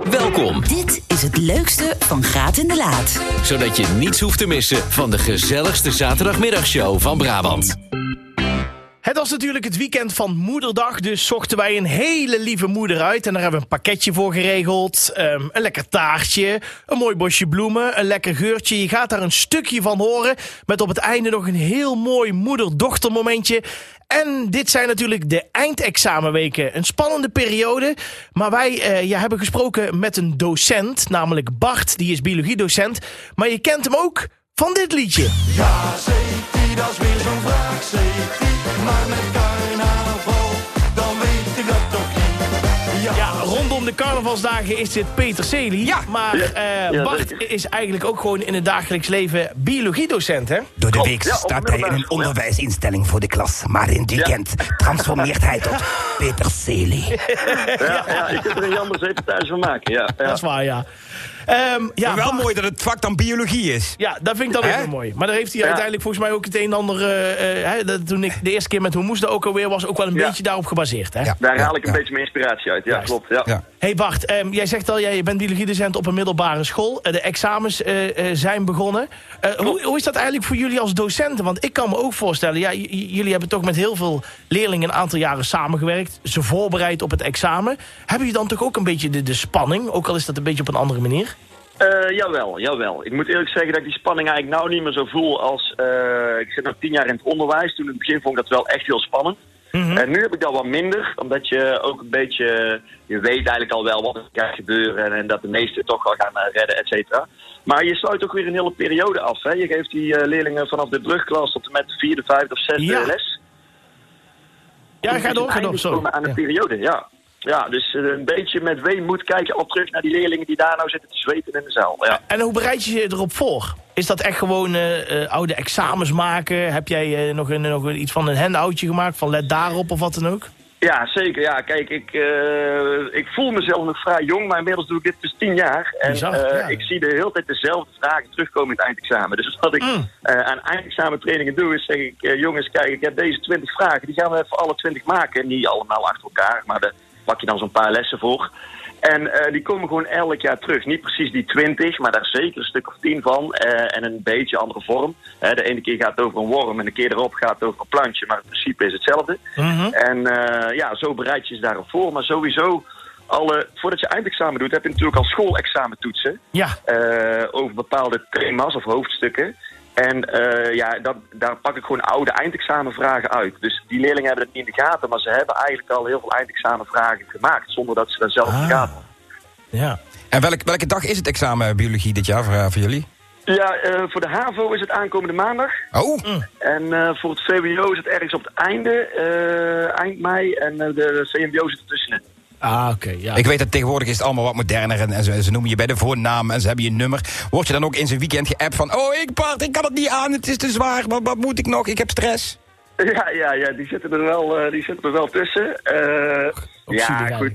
Welkom. Dit is het leukste van Graat in de Laat. Zodat je niets hoeft te missen van de gezelligste zaterdagmiddagshow van Brabant. Het was natuurlijk het weekend van Moederdag, dus zochten wij een hele lieve moeder uit. En daar hebben we een pakketje voor geregeld, een lekker taartje, een mooi bosje bloemen, een lekker geurtje. Je gaat daar een stukje van horen, met op het einde nog een heel mooi moeder-dochter momentje. En dit zijn natuurlijk de eindexamenweken. Een spannende periode. Maar wij hebben gesproken met een docent, namelijk Bart. Die is biologiedocent. Maar je kent hem ook van dit liedje. Ja, zeker, dat is weer zo'n vraag, zeker. Maar met carnaval, dan weet ik dat toch niet. Ja, rondom de carnavalsdagen is dit Peterselie. Ja. Maar Bart is eigenlijk ook gewoon in het dagelijks leven biologiedocent, hè? Door de week Ja, staat hij in een onderwijsinstelling voor de klas. Maar in het weekend transformeert hij tot Peterselie. Ja, je kunt er een jammer reportage van maken, ja. Dat is waar, ja. Maar wel Bart, mooi dat het vak dan biologie is. Ja, dat vind ik dan ook wel mooi. Maar daar heeft hij uiteindelijk volgens mij ook het een en ander... toen ik de eerste keer met Hoe Moest er ook alweer was... ook wel een beetje daarop gebaseerd, hè? Ja. Daar haal ik een beetje mijn inspiratie uit, ja, Juist. klopt. Ja. Ja. Hey Bart, jij zegt al, je bent biologiedocent op een middelbare school. De examens zijn begonnen. Hoe is dat eigenlijk voor jullie als docenten? Want ik kan me ook voorstellen, jullie hebben toch met heel veel leerlingen een aantal jaren samengewerkt. Ze voorbereid op het examen. Hebben jullie dan toch ook een beetje de spanning? Ook al is dat een beetje op een andere manier? Jawel. Ik moet eerlijk zeggen dat ik die spanning eigenlijk nou niet meer zo voel als... ik zit nog 10 jaar in het onderwijs. Toen in het begin vond ik dat wel echt heel spannend. Mm-hmm. En nu heb ik dat wat minder, omdat je ook een beetje... Je weet eigenlijk al wel wat er gaat gebeuren en dat de meesten toch wel gaan redden, et cetera. Maar je sluit ook weer een hele periode af, hè. Je geeft die leerlingen vanaf de brugklas tot en met de 4e, 5e of 6e les. Ja, ga door, sorry. Aan de periode, ja. Ja, dus een beetje met weemoed kijk je al terug naar die leerlingen die daar nou zitten te zweten in de zaal. Ja. En hoe bereid je je erop voor? Is dat echt gewoon oude examens maken? Heb jij nog iets van een handoutje gemaakt? Van let daarop of wat dan ook? Ja, zeker. Ja, kijk, ik voel mezelf nog vrij jong, maar inmiddels doe ik dit dus 10 jaar. En ik zie de hele tijd dezelfde vragen terugkomen in het eindexamen. Dus wat ik aan eindexamentrainingen doe, is zeg ik, jongens, kijk, ik heb deze 20 vragen. Die gaan we even alle 20 maken. Niet allemaal achter elkaar, maar daar pak je dan zo'n paar lessen voor. En die komen gewoon elk jaar terug. Niet precies die 20, maar daar zeker een stuk of 10 van. En een beetje andere vorm. De ene keer gaat het over een worm en de keer erop gaat het over een plantje. Maar het principe is hetzelfde. Mm-hmm. En zo bereid je je daarop voor. Maar sowieso, voordat je eindexamen doet, heb je natuurlijk al schoolexamentoetsen. Ja. Over bepaalde thema's of hoofdstukken. En daar pak ik gewoon oude eindexamenvragen uit. Dus die leerlingen hebben het niet in de gaten, maar ze hebben eigenlijk al heel veel eindexamenvragen gemaakt, zonder dat ze daar zelf in de gaten hebben. Ja. En welke dag is het examen biologie dit jaar voor jullie? Ja, voor de HAVO is het aankomende maandag. Oh! En voor het VWO is het ergens op het eind mei. En de VMBO zit er tussenin. Ah, oké, ja. Ik weet dat tegenwoordig is het allemaal wat moderner en ze noemen je bij de voornaam en ze hebben je nummer. Word je dan ook in zijn weekend geappt van, ik kan het niet aan, het is te zwaar, wat moet ik nog, ik heb stress. Ja, die zitten er wel tussen. Goed,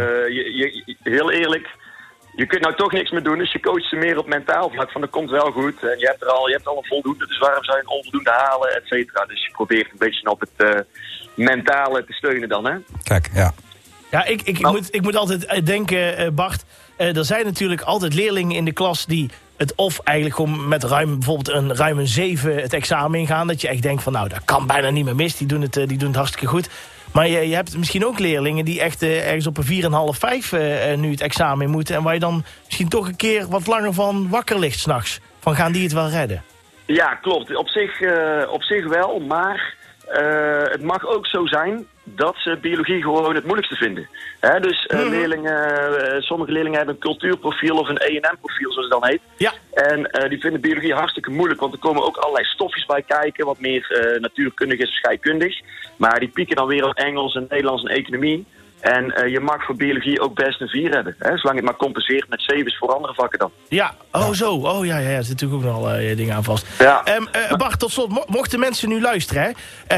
heel eerlijk, je kunt nou toch niks meer doen, dus je coacht ze meer op mentaal vlak van dat komt wel goed. En je hebt al een voldoende, dus waarom zou je een onvoldoende halen, et cetera. Dus je probeert een beetje op het mentale te steunen dan, hè. Kijk, ja. Ja, ik moet altijd denken, Bart, er zijn natuurlijk altijd leerlingen in de klas die het of eigenlijk gewoon met ruim een 7 het examen ingaan. Dat je echt denkt van, nou, dat kan bijna niet meer mis. Die doen het hartstikke goed. Maar je hebt misschien ook leerlingen die echt ergens op een 4,5, 5 nu het examen in moeten. En waar je dan misschien toch een keer wat langer van wakker ligt 's nachts. Van, gaan die het wel redden? Ja, klopt. Op zich wel, maar het mag ook zo zijn dat ze biologie gewoon het moeilijkste vinden. Dus sommige leerlingen hebben een cultuurprofiel of een E&M-profiel, zoals het dan heet. Ja. En die vinden biologie hartstikke moeilijk, want er komen ook allerlei stofjes bij kijken, wat meer natuurkundig is of scheikundig. Maar die pieken dan weer op Engels en Nederlands en economie. En je mag voor biologie ook best een 4 hebben. Zolang het maar compenseert met 7's voor andere vakken dan. Ja, zo. Oh ja, er zitten natuurlijk ook nog al dingen aan vast. Ja. Bart, tot slot, mochten mensen nu luisteren...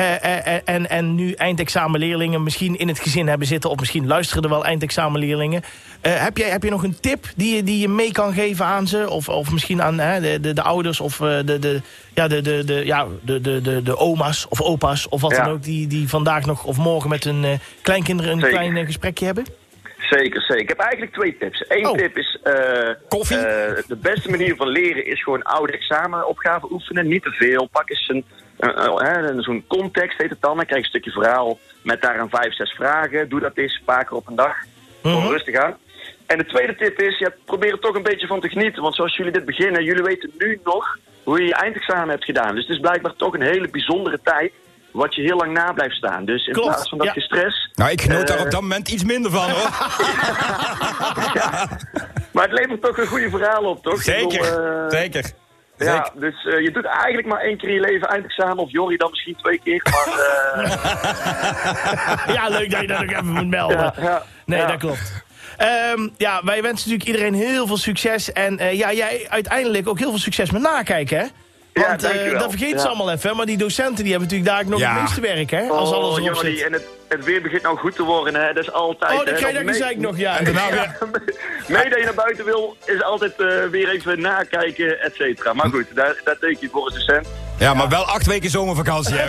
en nu eindexamenleerlingen misschien in het gezin hebben zitten... of misschien luisteren er wel eindexamenleerlingen... Heb je nog een tip die je mee kan geven aan ze? Of misschien aan de ouders of de oma's of opa's... of wat dan ook, die vandaag nog of morgen met hun kleinkinderen een klein gesprekje hebben? Zeker. Ik heb eigenlijk 2 tips. Eén tip is... Koffie? De beste manier van leren is gewoon oude examenopgaven oefenen. Niet te veel. Pak eens zo'n context, heet het dan. Dan krijg je een stukje verhaal met daaraan 5, 6 vragen. Doe dat eens een paar keer op een dag. Gewoon rustig aan. En de tweede tip is, probeer er toch een beetje van te genieten. Want zoals jullie dit beginnen, jullie weten nu nog hoe je eindexamen hebt gedaan. Dus het is blijkbaar toch een hele bijzondere tijd, wat je heel lang na blijft staan. Dus in plaats van dat je stress... Nou, ik genoot daar op dat moment iets minder van, hoor. Maar het levert toch een goede verhaal op, toch? Zeker. Ja, dus je doet eigenlijk maar 1 keer in je leven eindexamen. Of Jorrie dan misschien 2 keer. Maar, Ja, leuk dat je dat ook even moet melden. Dat klopt. Wij wensen natuurlijk iedereen heel veel succes. En jij uiteindelijk ook heel veel succes met nakijken, hè? Want dat vergeet ze allemaal even. Maar die docenten die hebben natuurlijk daar nog het meeste werk, hè? Als alles erop zit. En het weer begint nou goed te worden, hè? Dat is altijd... dan krijg je dat gezegd nog, ja. En daarna weer... Mee dat je naar buiten wil, is altijd weer even nakijken, et cetera. Maar goed, daar teken je voor als docent. Ja, maar wel 8 weken zomervakantie, hè?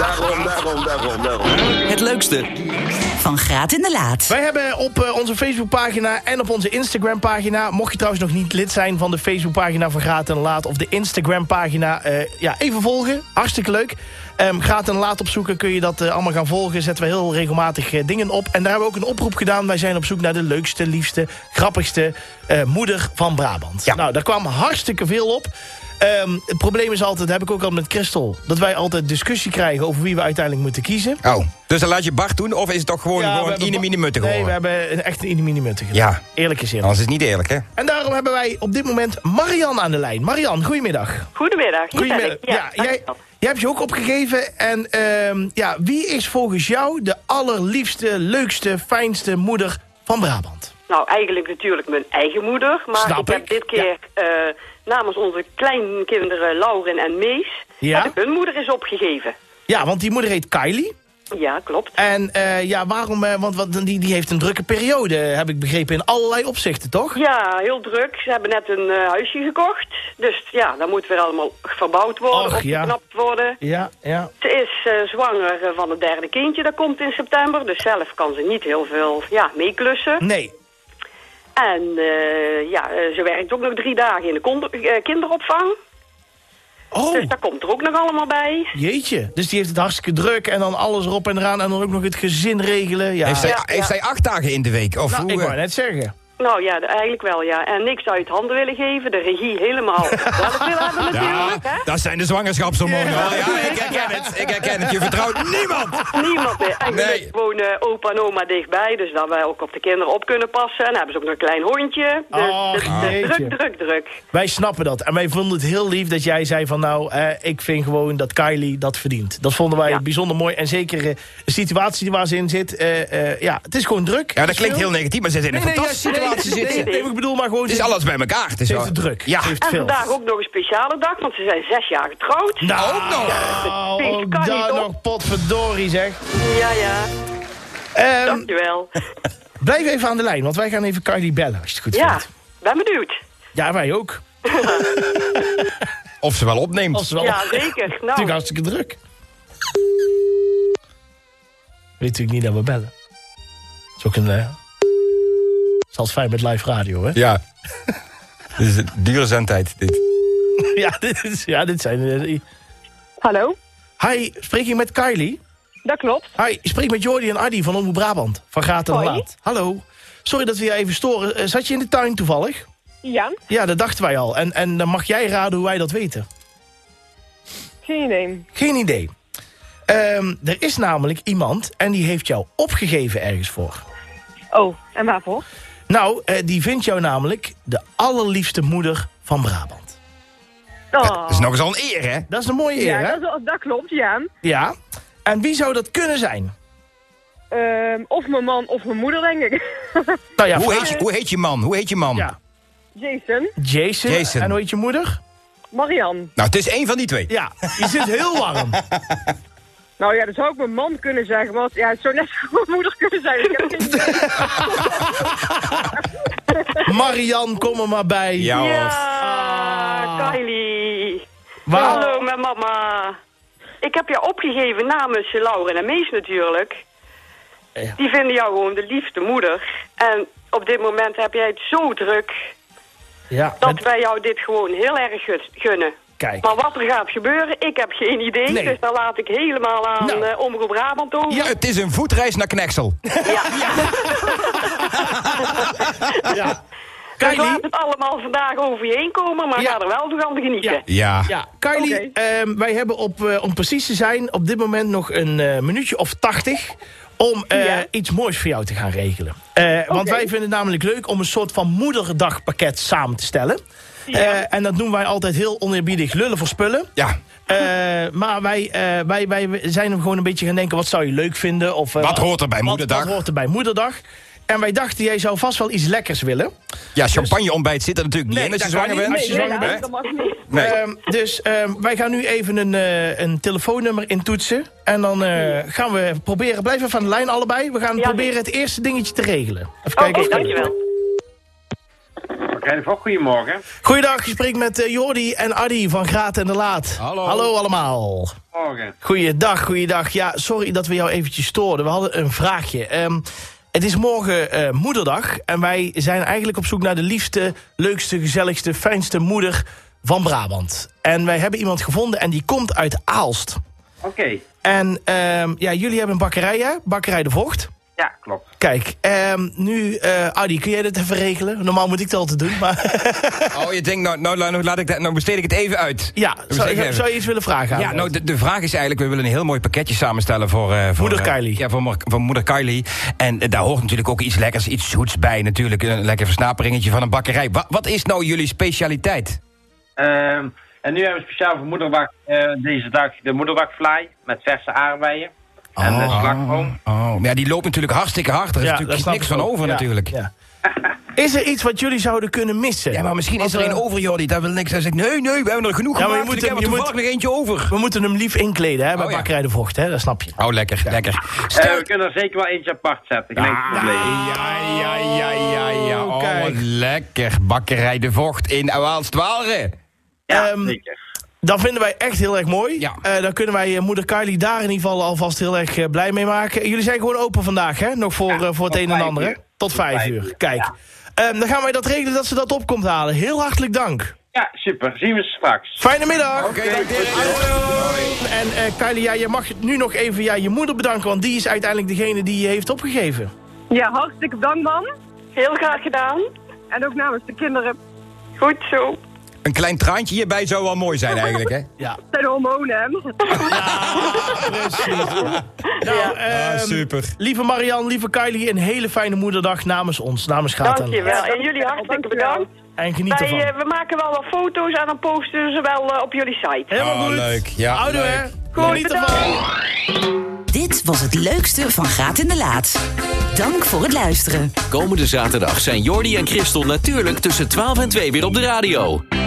Daarom. Het leukste van Graat in de Laat. Wij hebben op onze Facebookpagina en op onze Instagram-pagina... mocht je trouwens nog niet lid zijn van de Facebookpagina van Graat in de Laat... of de Instagram-pagina, even volgen. Hartstikke leuk. Graat in de Laat opzoeken, kun je dat allemaal gaan volgen. Zetten we heel regelmatig dingen op. En daar hebben we ook een oproep gedaan. Wij zijn op zoek naar de leukste, liefste, grappigste moeder van Brabant. Ja. Nou, daar kwam hartstikke veel op. Het probleem is altijd, dat heb ik ook al met Christel... dat wij altijd discussie krijgen over wie we uiteindelijk moeten kiezen. Oh, dus dan laat je Bart doen? Of is het toch gewoon Ine-Mine-Mutte geworden? Nee, we hebben echt een Ine-Mine-Mutte gedaan. Ja. Eerlijk is eerlijk. Anders is het niet eerlijk, hè? En daarom hebben wij op dit moment Marian aan de lijn. Marian, goedemiddag. Goedemiddag. Jij hebt je ook opgegeven. En wie is volgens jou de allerliefste, leukste, fijnste moeder van Brabant? Nou, eigenlijk natuurlijk mijn eigen moeder. Maar ik heb dit keer namens onze kleinkinderen Lauren en Mees... heb ik hun moeder eens opgegeven. Ja, want die moeder heet Kylie. Ja, klopt. En waarom? Want die heeft een drukke periode, heb ik begrepen, in allerlei opzichten, toch? Ja, heel druk. Ze hebben net een huisje gekocht. Dus ja, dat moet weer allemaal verbouwd worden, opgeknapt worden. Ja. Ze is zwanger van het 3e kindje, dat komt in september. Dus zelf kan ze niet heel veel meeklussen. Nee. En ze werkt ook nog 3 dagen in de kinderopvang. Oh. Dus daar komt er ook nog allemaal bij. Jeetje, dus die heeft het hartstikke druk en dan alles erop en eraan en dan ook nog het gezin regelen. Ja. Heeft zij 8 dagen in de week? Of hoe, ik wou net zeggen. Nou ja, eigenlijk wel, ja. En niks uit handen willen geven, de regie helemaal zelf willen hebben natuurlijk. Ja, dat zijn de zwangerschapshormonen. Ja, ik herken het. Je vertrouwt niemand. Niemand meer. Eigenlijk wonen opa en oma dichtbij, dus dat wij ook op de kinderen op kunnen passen. En dan hebben ze ook nog een klein hondje. Dus druk. Wij snappen dat. En wij vonden het heel lief dat jij zei van ik vind gewoon dat Kylie dat verdient. Dat vonden wij bijzonder mooi. En zeker de situatie waar ze in zit. Het is gewoon druk. Ja, dat klinkt heel negatief, maar ze zit in een fantastische situatie. Nee, ik bedoel maar gewoon... Het is alles bij elkaar. Het is druk. Ja. En vandaag ook nog een speciale dag, want ze zijn 6 jaar getrouwd. Nou, ook nog. Ook daar nog, potverdorie zeg. Ja. Dankjewel. Blijf even aan de lijn, want wij gaan even Kylie bellen, als je het goed vindt. Ja, ben benieuwd. Ja, wij ook. Of ze wel opneemt. Ja, zeker. Nou. Natuurlijk hartstikke druk. Weet natuurlijk niet dat we bellen. Dat is ook een... is altijd fijn met live radio, hè? Ja. Dit is een dure zendtijd, dit. dit zijn... Hallo? Hi, spreek je met Kylie? Dat klopt. Hi, ik spreek met Jordi en Adi van Omroep Brabant. Van Graat en de Laat. Hallo. Sorry dat we je even storen. Zat je in de tuin toevallig? Ja. Ja, dat dachten wij al. En dan mag jij raden hoe wij dat weten. Geen idee. Er is namelijk iemand en die heeft jou opgegeven ergens voor. Oh, en waarvoor? Nou, die vindt jou namelijk de allerliefste moeder van Brabant. Dat is nog eens al een eer, hè? Dat is een mooie eer, hè? Dat klopt, ja. Ja. En wie zou dat kunnen zijn? Of mijn man of mijn moeder, denk ik. Nou ja, hoe heet je man? Ja. Jason. En hoe heet je moeder? Marian. Nou, het is één van die 2. Ja, je zit heel warm. Nou ja, dat zou ik mijn man kunnen zeggen, want het zou net mijn moeder kunnen zijn. Ik heb geen idee. Marian, kom er maar bij. Ja, Kylie. Waar? Hallo, mijn mama. Ik heb jou opgegeven namens Lauren en Mees natuurlijk. die vinden jou gewoon de liefste moeder. En op dit moment heb jij het zo druk... dat wij jou dit gewoon heel erg gunnen. Kijk. Maar wat er gaat gebeuren, ik heb geen idee. Nee. Dus dan laat ik helemaal aan Omroep Brabant over. Ja, het is een voetreis naar Knexel. Ja. Ja. Dus laat het allemaal vandaag over je heen komen, maar ga er wel van te genieten. Ja. Kylie, wij hebben om precies te zijn op dit moment nog een minuutje of 80... om iets moois voor jou te gaan regelen. Want wij vinden het namelijk leuk om een soort van moederdagpakket samen te stellen. Ja. En dat doen wij altijd heel oneerbiedig lullen voor spullen. Ja. Maar wij zijn hem gewoon een beetje gaan denken... wat zou je leuk vinden? Of, wat hoort er bij Moederdag? Wat hoort er bij Moederdag? En wij dachten, jij zou vast wel iets lekkers willen. Ja, champagneontbijt zit er natuurlijk niet in als je zwanger bent. Als je zwanger bent. Dat mag niet. Dus wij gaan nu even een telefoonnummer intoetsen. En dan gaan we proberen... Blijf even aan de lijn allebei. We gaan proberen het eerste dingetje te regelen. Even kijken. Dankjewel. Goedemorgen. Goeiedag, je spreekt met Jordi en Adi van Graat en de Laat. Hallo allemaal. Morgen. Goeiedag. Ja, sorry dat we jou eventjes stoorden. We hadden een vraagje. Het is morgen Moederdag. En wij zijn eigenlijk op zoek naar de liefste, leukste, gezelligste, fijnste moeder van Brabant. En wij hebben iemand gevonden en die komt uit Aalst. Oké. En jullie hebben een bakkerij, hè? Bakkerij De Vocht. Ja, klopt. Kijk, nu, Adi, kun jij dit even regelen? Normaal moet ik het altijd doen, maar... Oh, je denkt, nou besteed ik het even uit. Ja, zou je iets willen vragen? Ja, nou, de vraag is eigenlijk, we willen een heel mooi pakketje samenstellen voor moeder Kylie. Ja, voor moeder Kylie. En daar hoort natuurlijk ook iets lekkers, iets zoets bij natuurlijk. Een lekker versnaperingetje van een bakkerij. Wat is nou jullie specialiteit? En nu hebben we speciaal voor Moederdag deze dag de Moederdagfly met verse aardbeien. En de slagroom. Ja, die loopt natuurlijk hartstikke hard. Er is natuurlijk niks van over natuurlijk. Ja. Is er iets wat jullie zouden kunnen missen? Ja, maar misschien is er een over, Jordi. Daar wil niks. Hij zegt, nee, we hebben er genoeg gemaakt. Maar ik heb er toevallig nog eentje over. We moeten hem lief inkleden, hè, bij Bakkerij De Vocht, hè, dat snap je. Oh, lekker. We kunnen er zeker wel eentje apart zetten. Ja. Oh, wat lekker. Bakkerij De Vocht in Aalst-Waalre. Ja, zeker. Dat vinden wij echt heel erg mooi. Ja. Dan kunnen wij moeder Kylie daar in ieder geval alvast heel erg blij mee maken. Jullie zijn gewoon open vandaag, hè? Nog voor het een en ander, hè? Tot 5 uur. Kijk. Ja. Dan gaan wij dat regelen dat ze dat op komt halen. Heel hartelijk dank. Ja, super. Zien we straks. Fijne middag. Oké, dank je. En Kylie, je mag nu nog even je moeder bedanken, want die is uiteindelijk degene die je heeft opgegeven. Ja, hartstikke bedankt, man. Heel graag gedaan. En ook namens de kinderen. Goed zo. Een klein traantje hierbij zou wel mooi zijn eigenlijk, hè? Ja. Het zijn hormonen, hè? Ja, precies. Nou, super. Lieve Marianne, lieve Kylie, een hele fijne moederdag namens ons, namens Graat. Dankjewel. En jullie hartstikke bedankt. En geniet ervan. We maken wel wat foto's en dan posten we ze wel op jullie site. Helemaal goed. Leuk. Ja, Houdoe, hè. Geniet ervan. Dit was het leukste van Graat in de Laat. Dank voor het luisteren. Komende zaterdag zijn Jordi en Christel natuurlijk tussen 12 en 2 weer op de radio.